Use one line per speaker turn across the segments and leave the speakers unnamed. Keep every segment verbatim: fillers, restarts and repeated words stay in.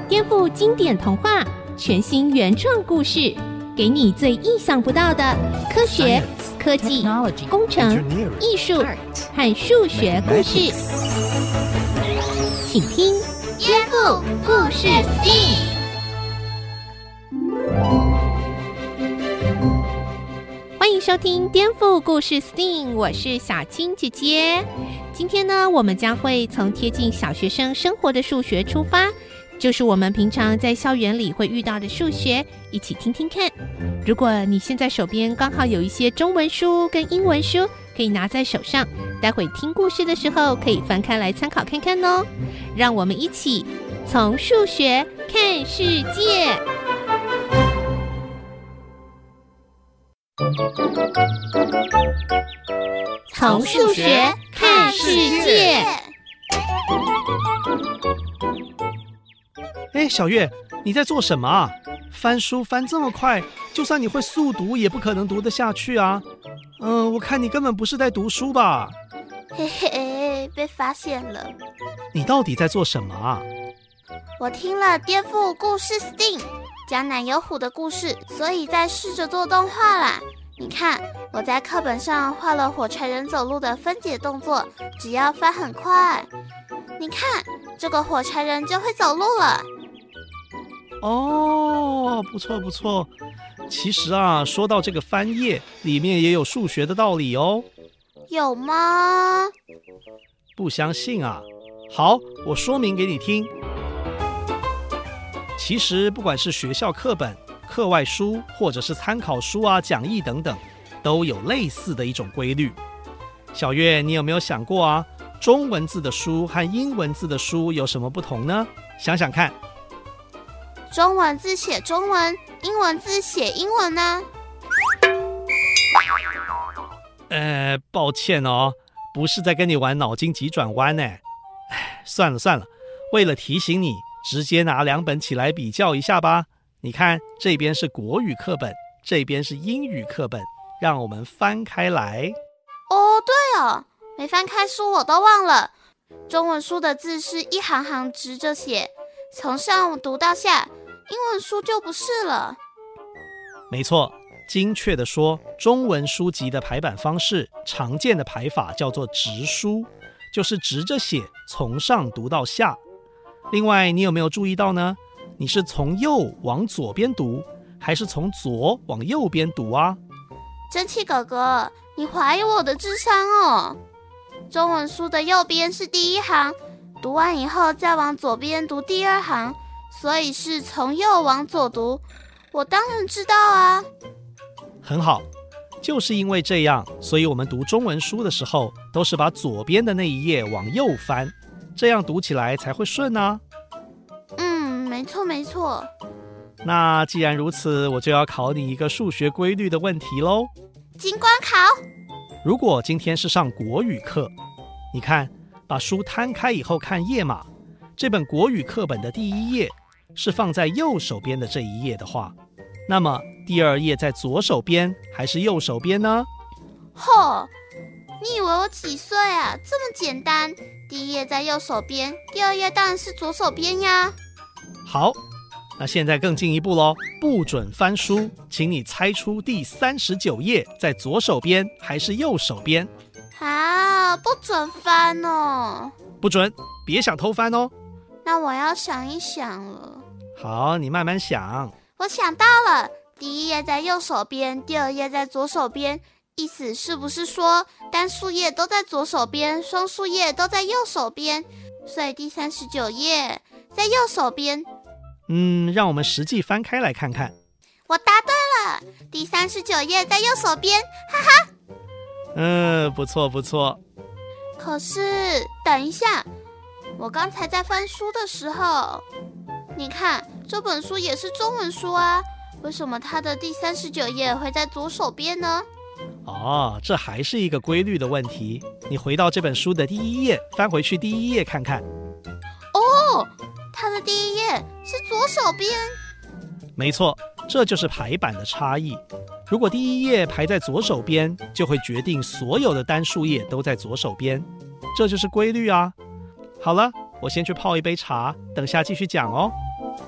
颠覆经典童话，全新原创故事，给你最意想不到的科学、科技、工程、艺术和数学故事。请听《颠覆故事 S T E A M》。欢迎收听《颠覆故事 S T E A M》，我是小青姐姐。今天呢，我们将会从贴近小学生生活的数学出发，就是我们平常在校园里会遇到的数学，一起听听看。如果你现在手边刚好有一些中文书跟英文书，可以拿在手上，待会听故事的时候可以翻开来参考看看哦。让我们一起从数学看世界。从数学看世界。
哎，小月，你在做什么啊？翻书翻这么快，就算你会速读，也不可能读得下去啊。嗯、呃，我看你根本不是在读书吧？
嘿嘿，被发现了。
你到底在做什么啊？
我听了颠覆故事 S T E A M 讲奶油虎的故事，所以在试着做动画啦。你看，我在课本上画了火柴人走路的分解动作，只要翻很快，你看这个火柴人就会走路了。
哦，不错不错。其实啊，说到这个翻页，里面也有数学的道理哦。
有吗？
不相信啊？好，我说明给你听。其实不管是学校课本、课外书，或者是参考书啊、讲义等等，都有类似的一种规律。小月，你有没有想过啊，中文字的书和英文字的书有什么不同呢？想想看。
中文字写中文，英文字写英文呢？
呃，抱歉哦，不是在跟你玩脑筋急转弯呢。哎，算了算了，为了提醒你，直接拿两本起来比较一下吧。你看，这边是国语课本，这边是英语课本，让我们翻开来。
哦，对哦，没翻开书我都忘了。中文书的字是一行行直着写，从上读到下，英文书就不是了。
没错，精确地说，中文书籍的排版方式，常见的排法叫做直书，就是直着写，从上读到下。另外，你有没有注意到呢？你是从右往左边读，还是从左往右边读啊？
蒸汽哥哥，你怀疑我的智商哦。中文书的右边是第一行，读完以后再往左边读第二行，所以是从右往左读。我当然知道啊。
很好，就是因为这样，所以我们读中文书的时候，都是把左边的那一页往右翻，这样读起来才会顺啊。
嗯，没错没错。
那既然如此，我就要考你一个数学规律的问题咯。
金光考。
如果今天是上国语课，你看，把书摊开以后看页码，这本国语课本的第一页是放在右手边的这一页的话，那么第二页在左手边还是右手边呢？
吼，你以为我几岁啊？这么简单，第一页在右手边，第二页当然是左手边呀。
好，那现在更进一步咯，不准翻书，请你猜出第三十九页在左手边还是右手边？
啊，不准翻哦。
不准，别想偷翻哦。
那我要想一想了。
好，你慢慢想。
我想到了，第一页在右手边，第二页在左手边，意思是不是说单数页都在左手边，双数页都在右手边？所以第三十九页在右手边。
嗯，让我们实际翻开来看看。
我答对了，第三十九页在右手边，哈哈。
嗯，不错不错。
可是，等一下，我刚才在翻书的时候，你看这本书也是中文书啊，为什么它的第三十九页会在左手边呢？
哦，这还是一个规律的问题。你回到这本书的第一页，翻回去第一页看看。
哦，它的第一页是左手边。
没错，这就是排版的差异。如果第一页排在左手边，就会决定所有的单数页都在左手边，这就是规律啊。好了，我先去泡一杯茶，等下继续讲哦。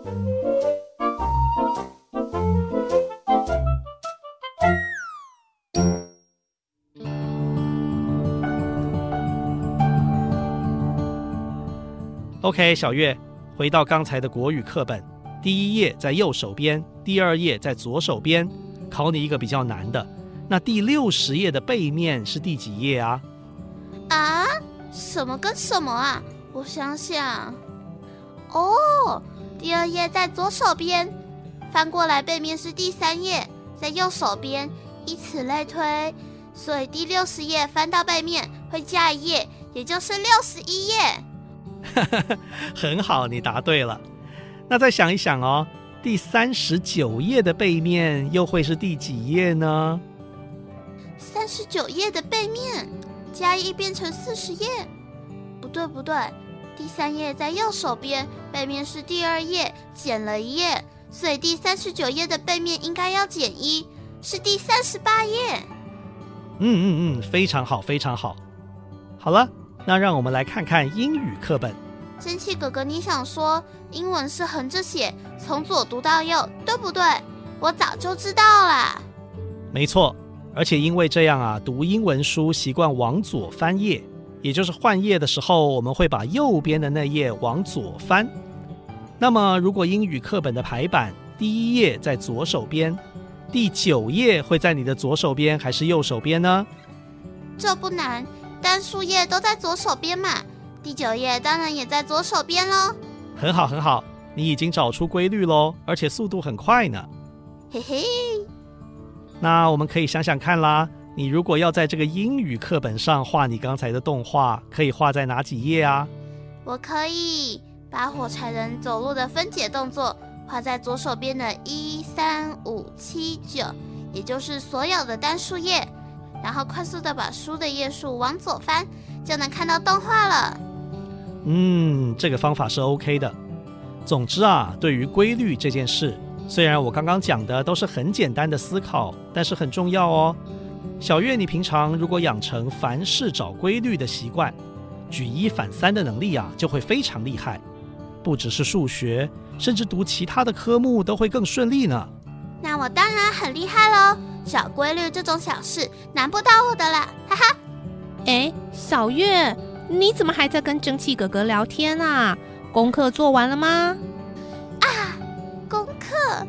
OK， 小月，回到刚才的国语课本，第一页在右手边，第二页在左手边，考你一个比较难的。那第六十页的背面是第几页啊？
啊？什么跟什么啊？我想想。哦，第二页在左手边，翻过来背面是第三页，在右手边，以此类推。所以第六十页翻到背面会加一页，也就是六十一页。
很好，你答对了。那再想一想哦，第三十九页的背面又会是第几页呢？
三十九页的背面加一变成四十页？不对不对，第三页在右手边，背面是第二页，减了一页，所以第三十九页的背面应该要减一，是第三十八页。
嗯嗯嗯，非常好非常好。好了，那让我们来看看英语课本。
蒸汽哥哥，你想说英文是横着写，从左读到右，对不对？我早就知道啦。
没错，而且因为这样啊，读英文书习惯往左翻页，也就是换页的时候，我们会把右边的那页往左翻。那么如果英语课本的排版第一页在左手边，第九页会在你的左手边还是右手边呢？
这不难，单数页都在左手边嘛，第九页当然也在左手边咯。
很好很好，你已经找出规律咯，而且速度很快呢。
嘿嘿。
那我们可以想想看啦，你如果要在这个英语课本上画你刚才的动画，可以画在哪几页啊？
我可以把火柴人走路的分解动作画在左手边的一三五七九，也就是所有的单数页，然后快速的把书的页数往左翻，就能看到动画了。
嗯，这个方法是 OK 的。总之啊，对于规律这件事，虽然我刚刚讲的都是很简单的思考，但是很重要哦。小月，你平常如果养成凡事找规律的习惯，举一反三的能力啊，就会非常厉害。不只是数学，甚至读其他的科目都会更顺利呢。
那我当然很厉害咯，找规律这种小事难不倒我的啦，哈哈。
哎，小月，你怎么还在跟蒸汽哥哥聊天啊？功课做完了吗？
啊，功课。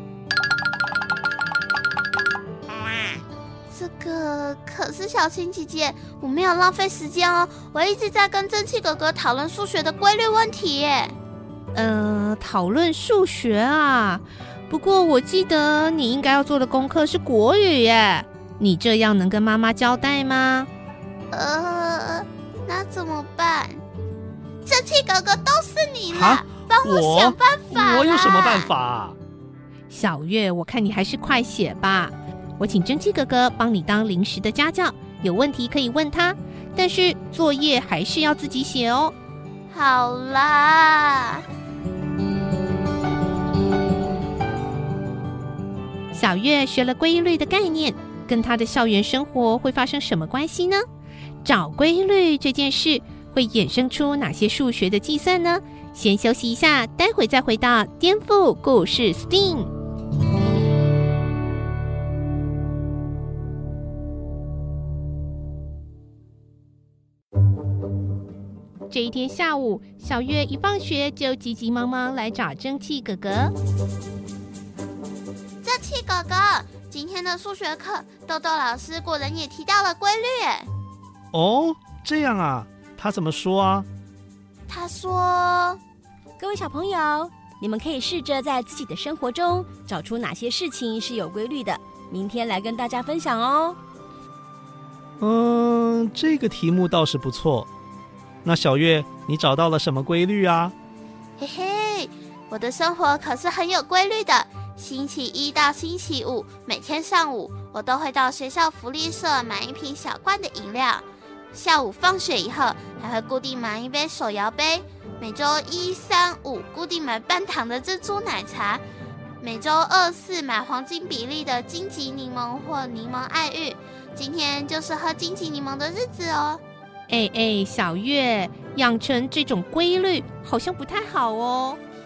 这个可是小青姐姐，我没有浪费时间哦，我一直在跟蒸汽哥哥讨论数学的规律问题耶。
呃，讨论数学啊。不过我记得你应该要做的功课是国语耶，你这样能跟妈妈交代吗？
呃，那怎么办？蒸汽哥哥都是你啦，帮我想办法啦。
我有什么办法啊？
小月，我看你还是快写吧。我请蒸汽哥哥帮你当临时的家教，有问题可以问他，但是作业还是要自己写哦。
好啦。
小月学了规律的概念，跟她的校园生活会发生什么关系呢？找规律这件事会衍生出哪些数学的计算呢？先休息一下，待会再回到颠覆故事 S T E A M。这一天下午，小月一放学就急急忙忙来找蒸汽哥哥。
蒸汽哥哥，今天的数学课，豆豆老师果然也提到了规律耶。
哦，这样啊，他怎么说啊？
他说，
各位小朋友，你们可以试着在自己的生活中找出哪些事情是有规律的，明天来跟大家分享哦。
嗯，这个题目倒是不错。那小月，你找到了什么规律啊？
嘿嘿，我的生活可是很有规律的。星期一到星期五，每天上午我都会到学校福利社买一瓶小罐的饮料。下午放学以后，还会固定买一杯手摇杯。每周一、三、五固定买半糖的珍珠奶茶。每周二、四买黄金比例的金桔柠檬或柠檬爱玉。今天就是喝金桔柠檬的日子哦。
哎哎，小月，养成这种规律好像不太好哦。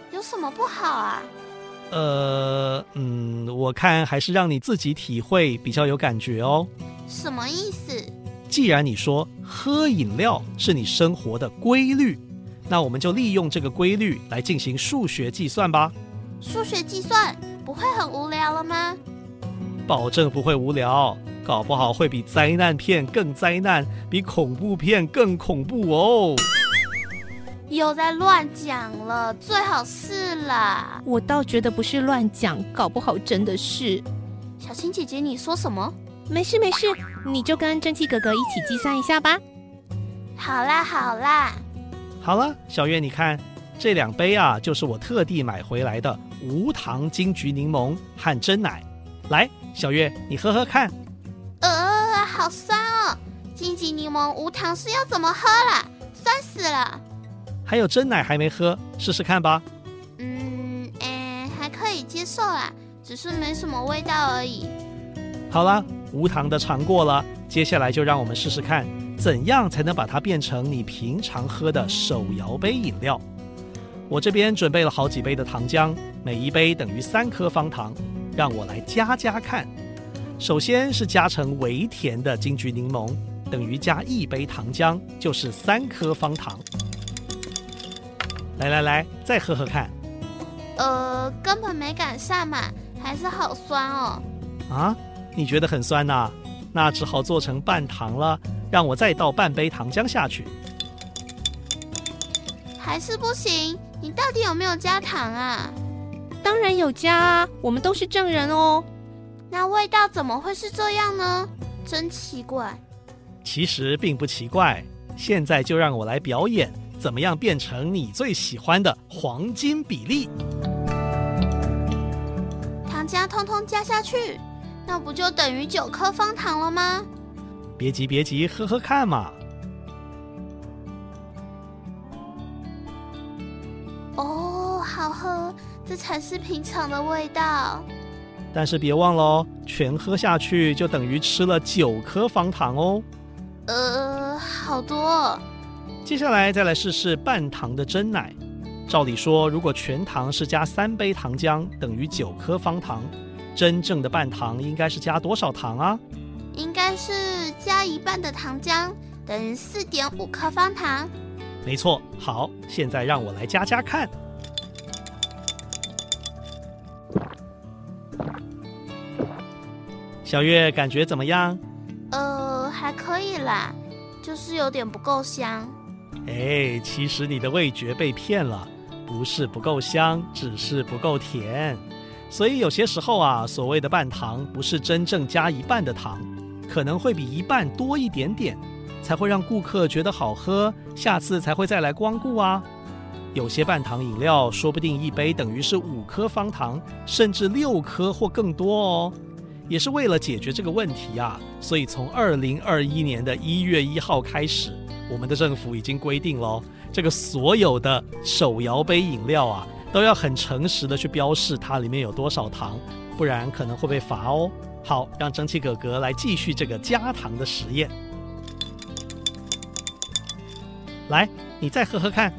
有什么不好啊？
呃，嗯，我看还是让你自己体会比较有感觉哦。
什么意思？
既然你说喝饮料是你生活的规律，那我们就利用这个规律来进行数学计算吧。
数学计算不会很无聊了吗？
保证不会无聊，搞不好会比灾难片更灾难，比恐怖片更恐怖哦。
又在乱讲了，最好是啦。
我倒觉得不是乱讲，搞不好真的是。
小青姐姐，你说什么？
没事没事，你就跟蒸汽哥哥一起计算一下吧。
好啦好啦。
好了，小月，你看这两杯啊，就是我特地买回来的无糖金桔柠檬和珍奶。来，小月，你喝喝看。
呃，好酸哦！金桔柠檬无糖是要怎么喝啦？酸死了。
还有珍奶还没喝，试试看吧。
嗯，诶，还可以接受啦，只是没什么味道而已。
好啦，无糖的尝过了，接下来就让我们试试看，怎样才能把它变成你平常喝的手摇杯饮料。我这边准备了好几杯的糖浆，每一杯等于三颗方糖，让我来加加看。首先是加成微甜的金桔柠檬，等于加一杯糖浆，就是三颗方糖。来来来，再喝喝看。
呃，根本没赶上嘛，还是好酸哦。
啊，你觉得很酸呐？那只好做成半糖了，让我再倒半杯糖浆下去。
还是不行，你到底有没有加糖啊？
当然有加啊，我们都是证人哦。
那味道怎么会是这样呢？真奇怪。
其实并不奇怪，现在就让我来表演怎么样变成你最喜欢的黄金比例。
糖浆通通加下去，那不就等于九颗方糖了吗？
别急别急，喝喝看嘛。
哦，好喝，这才是平常的味道。
但是别忘了哦，全喝下去就等于吃了九颗方糖哦。
呃，好多。
接下来再来试试半糖的珍奶。照理说，如果全糖是加三杯糖浆，等于九颗方糖，真正的半糖应该是加多少糖啊？
应该是加一半的糖浆，等于四点五颗方糖。
没错。好，现在让我来加加看。小月，感觉怎么样？
呃，还可以啦，就是有点不够香。
哎，其实你的味觉被骗了，不是不够香，只是不够甜。所以有些时候啊，所谓的半糖不是真正加一半的糖，可能会比一半多一点点，才会让顾客觉得好喝，下次才会再来光顾啊。有些半糖饮料说不定一杯等于是五颗方糖，甚至六颗或更多哦。也是为了解决这个问题啊，所以从二零二一年的一月一号开始，我们的政府已经规定了，这个所有的手摇杯饮料啊，都要很诚实的去标示它里面有多少糖，不然可能会被罚哦。好，让蒸汽哥哥来继续这个加糖的实验。来，你再喝喝看。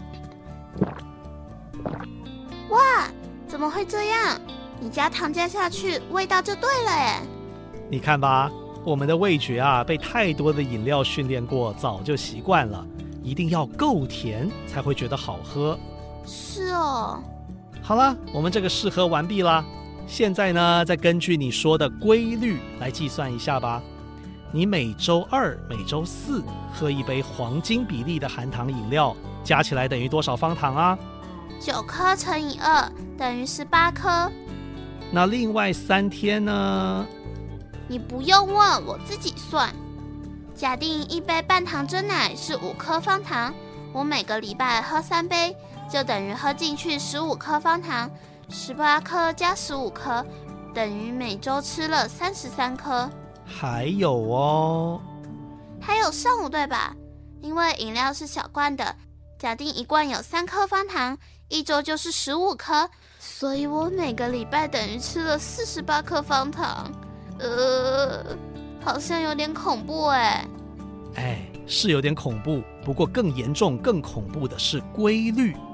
哇，怎么会这样？你加糖加下去，味道就对了耶。
你看吧，我们的味觉啊，被太多的饮料训练过，早就习惯了，一定要够甜才会觉得好喝。
是哦。
好了，我们这个试喝完毕啦。现在呢，再根据你说的规律来计算一下吧。你每周二、每周四喝一杯黄金比例的含糖饮料，加起来等于多少方糖啊？
九颗乘以二等于十八颗。
那另外三天呢？
你不用问，我自己算。假定一杯半糖珍奶是五颗方糖，我每个礼拜喝三杯，就等于喝进去十五颗方糖，十八颗加十五颗，等于每周吃了三十三颗。
还有哦，
还有上午对吧？因为饮料是小罐的，假定一罐有三颗方糖，一周就是十五颗，所以我每个礼拜等于吃了四十八颗方糖。呃，好像有点恐怖哎。
哎，是有点恐怖，不过更严重、更恐怖的是规律。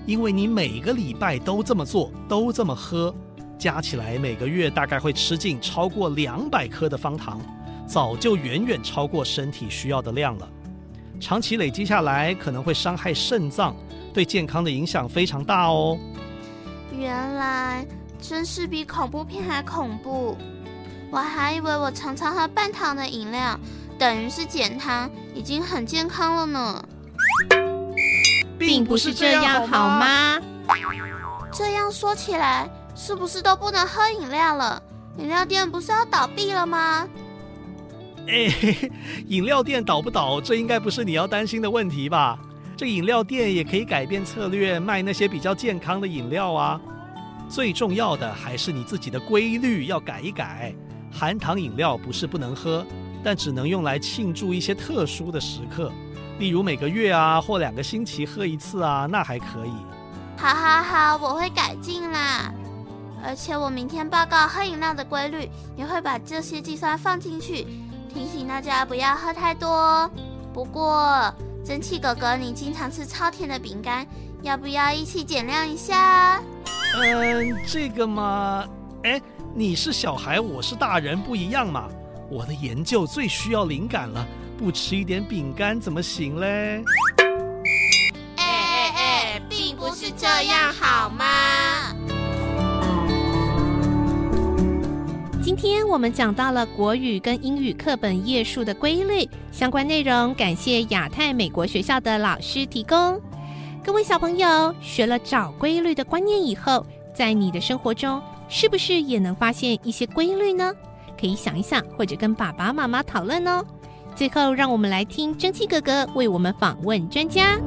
因为你每个礼拜都这么做，都这么喝，加起来每个月大概会吃进超过两百克的方糖，早就远远超过身体需要的量了。长期累积下来，可能会伤害肾脏，对健康的影响非常大哦。
原来真是比恐怖片还恐怖，我还以为我常常喝半糖的饮料，等于是减糖，已经很健康了呢。
并不是这样好吗？
这样说起来，是不是都不能喝饮料了？饮料店不是要倒闭了吗？
哎，饮料店倒不倒，这应该不是你要担心的问题吧？这饮料店也可以改变策略，卖那些比较健康的饮料啊。最重要的还是你自己的规律要改一改。含糖饮料不是不能喝，但只能用来庆祝一些特殊的时刻，例如每个月啊或两个星期喝一次啊，那还可以。
好好好，我会改进啦。而且我明天报告喝饮料的规律，也会把这些计算放进去，提醒大家不要喝太多。不过蒸汽哥哥，你经常吃超甜的饼干，要不要一起减量一下？
嗯，这个嘛，哎，你是小孩，我是大人，不一样嘛。我的研究最需要灵感了，不吃一点饼干怎么行嘞？
哎哎哎，并不是这样好吗？
今天我们讲到了国语跟英语课本页数的规律，相关内容感谢亚太美国学校的老师提供。各位小朋友学了找规律的观念以后，在你的生活中是不是也能发现一些规律呢？可以想一想，或者跟爸爸妈妈讨论哦。最后让我们来听蒸汽哥哥为我们访问专家。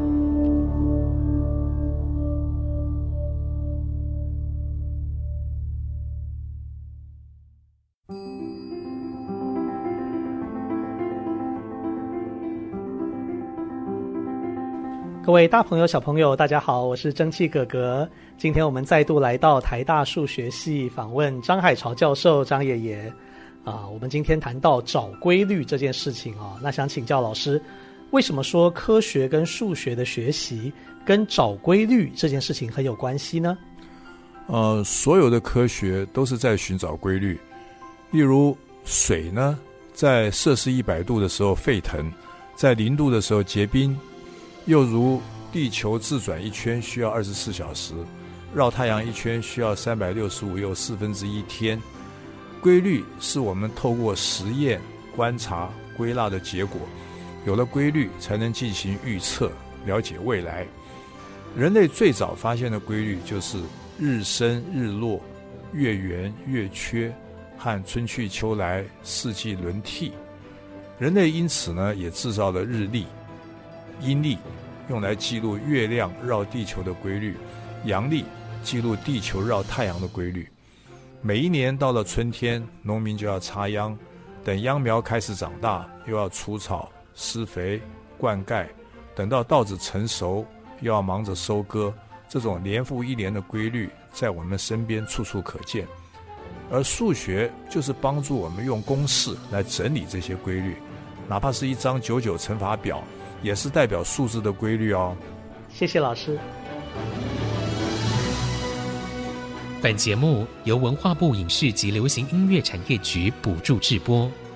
各位大朋友小朋友大家好，我是蒸汽哥哥。今天我们再度来到台大数学系访问张海潮教授张爷爷啊，我们今天谈到找规律这件事情啊，那想请教老师，为什么说科学跟数学的学习跟找规律这件事情很有关系呢？
呃，所有的科学都是在寻找规律。例如水呢，在摄氏一百度的时候沸腾，在零度的时候结冰。又如地球自转一圈需要二十四小时，绕太阳一圈需要三百六十五又四分之一天。规律是我们透过实验、观察、归纳的结果，有了规律才能进行预测，了解未来。人类最早发现的规律就是日升日落、月圆月缺和春去秋来四季轮替。人类因此呢，也制造了日历、阴历，用来记录月亮绕地球的规律，阳历记录地球绕太阳的规律。每一年到了春天，农民就要插秧，等秧苗开始长大，又要除草、施肥、灌溉，等到稻子成熟，又要忙着收割。这种年复一年的规律在我们身边处处可见。而数学就是帮助我们用公式来整理这些规律，哪怕是一张九九乘法表，也是代表数字的规律哦。
谢谢老师。
本节目由文化部影视及流行音乐产业局补助制播。